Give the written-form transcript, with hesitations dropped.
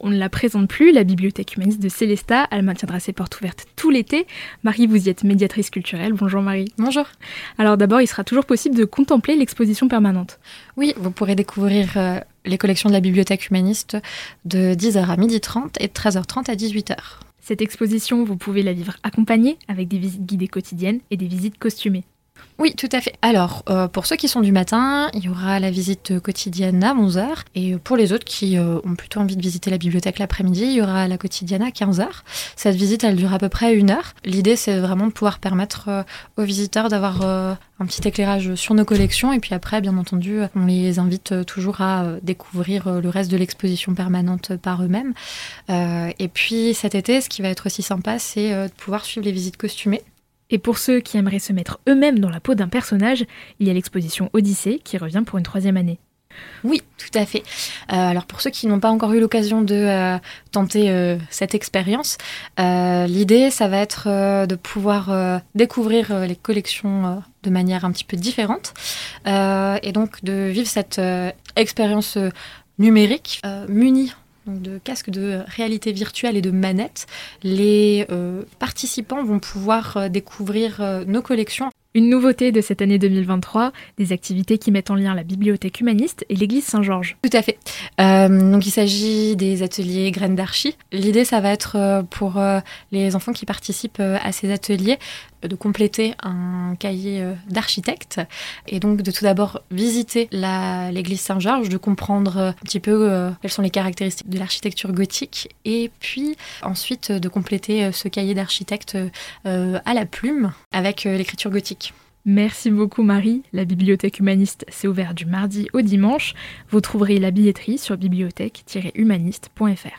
On ne la présente plus, la bibliothèque humaniste de Célestat. Elle maintiendra ses portes ouvertes tout l'été. Marie, vous y êtes médiatrice culturelle. Bonjour Marie. Bonjour. Alors d'abord, il sera toujours possible de contempler l'exposition permanente. Oui, vous pourrez découvrir les collections de la bibliothèque humaniste de 10h à 12h30 et de 13h30 à 18h. Cette exposition, vous pouvez la vivre accompagnée avec des visites guidées quotidiennes et des visites costumées. Oui, tout à fait. Alors, pour ceux qui sont du matin, il y aura la visite quotidienne à 11h. Et pour les autres qui ont plutôt envie de visiter la bibliothèque l'après-midi, il y aura la quotidienne à 15h. Cette visite, elle dure à peu près 1 heure. L'idée, c'est vraiment de pouvoir permettre aux visiteurs d'avoir un petit éclairage sur nos collections. Et puis après, bien entendu, on les invite toujours à découvrir le reste de l'exposition permanente par eux-mêmes. Et puis cet été, ce qui va être aussi sympa, c'est de pouvoir suivre les visites costumées. Et pour ceux qui aimeraient se mettre eux-mêmes dans la peau d'un personnage, il y a l'exposition Odyssée qui revient pour une 3e année. Oui, tout à fait. Alors pour ceux qui n'ont pas encore eu l'occasion de tenter cette expérience, l'idée, ça va être de pouvoir découvrir les collections de manière un petit peu différente et donc de vivre cette expérience numérique munie de casques de réalité virtuelle et de manettes. Les participants vont pouvoir découvrir nos collections. Une nouveauté de cette année 2023, des activités qui mettent en lien la bibliothèque humaniste et l'église Saint-Georges. Tout à fait. Donc il s'agit des ateliers graines d'archi. L'idée, ça va être pour les enfants qui participent à ces ateliers de compléter un cahier d'architecte et donc de tout d'abord visiter l'église Saint-Georges, de comprendre un petit peu quelles sont les caractéristiques de l'architecture gothique et puis ensuite de compléter ce cahier d'architecte à la plume avec l'écriture gothique. Merci beaucoup Marie. La bibliothèque humaniste s'est ouverte du mardi au dimanche. Vous trouverez la billetterie sur bibliothèque-humaniste.fr.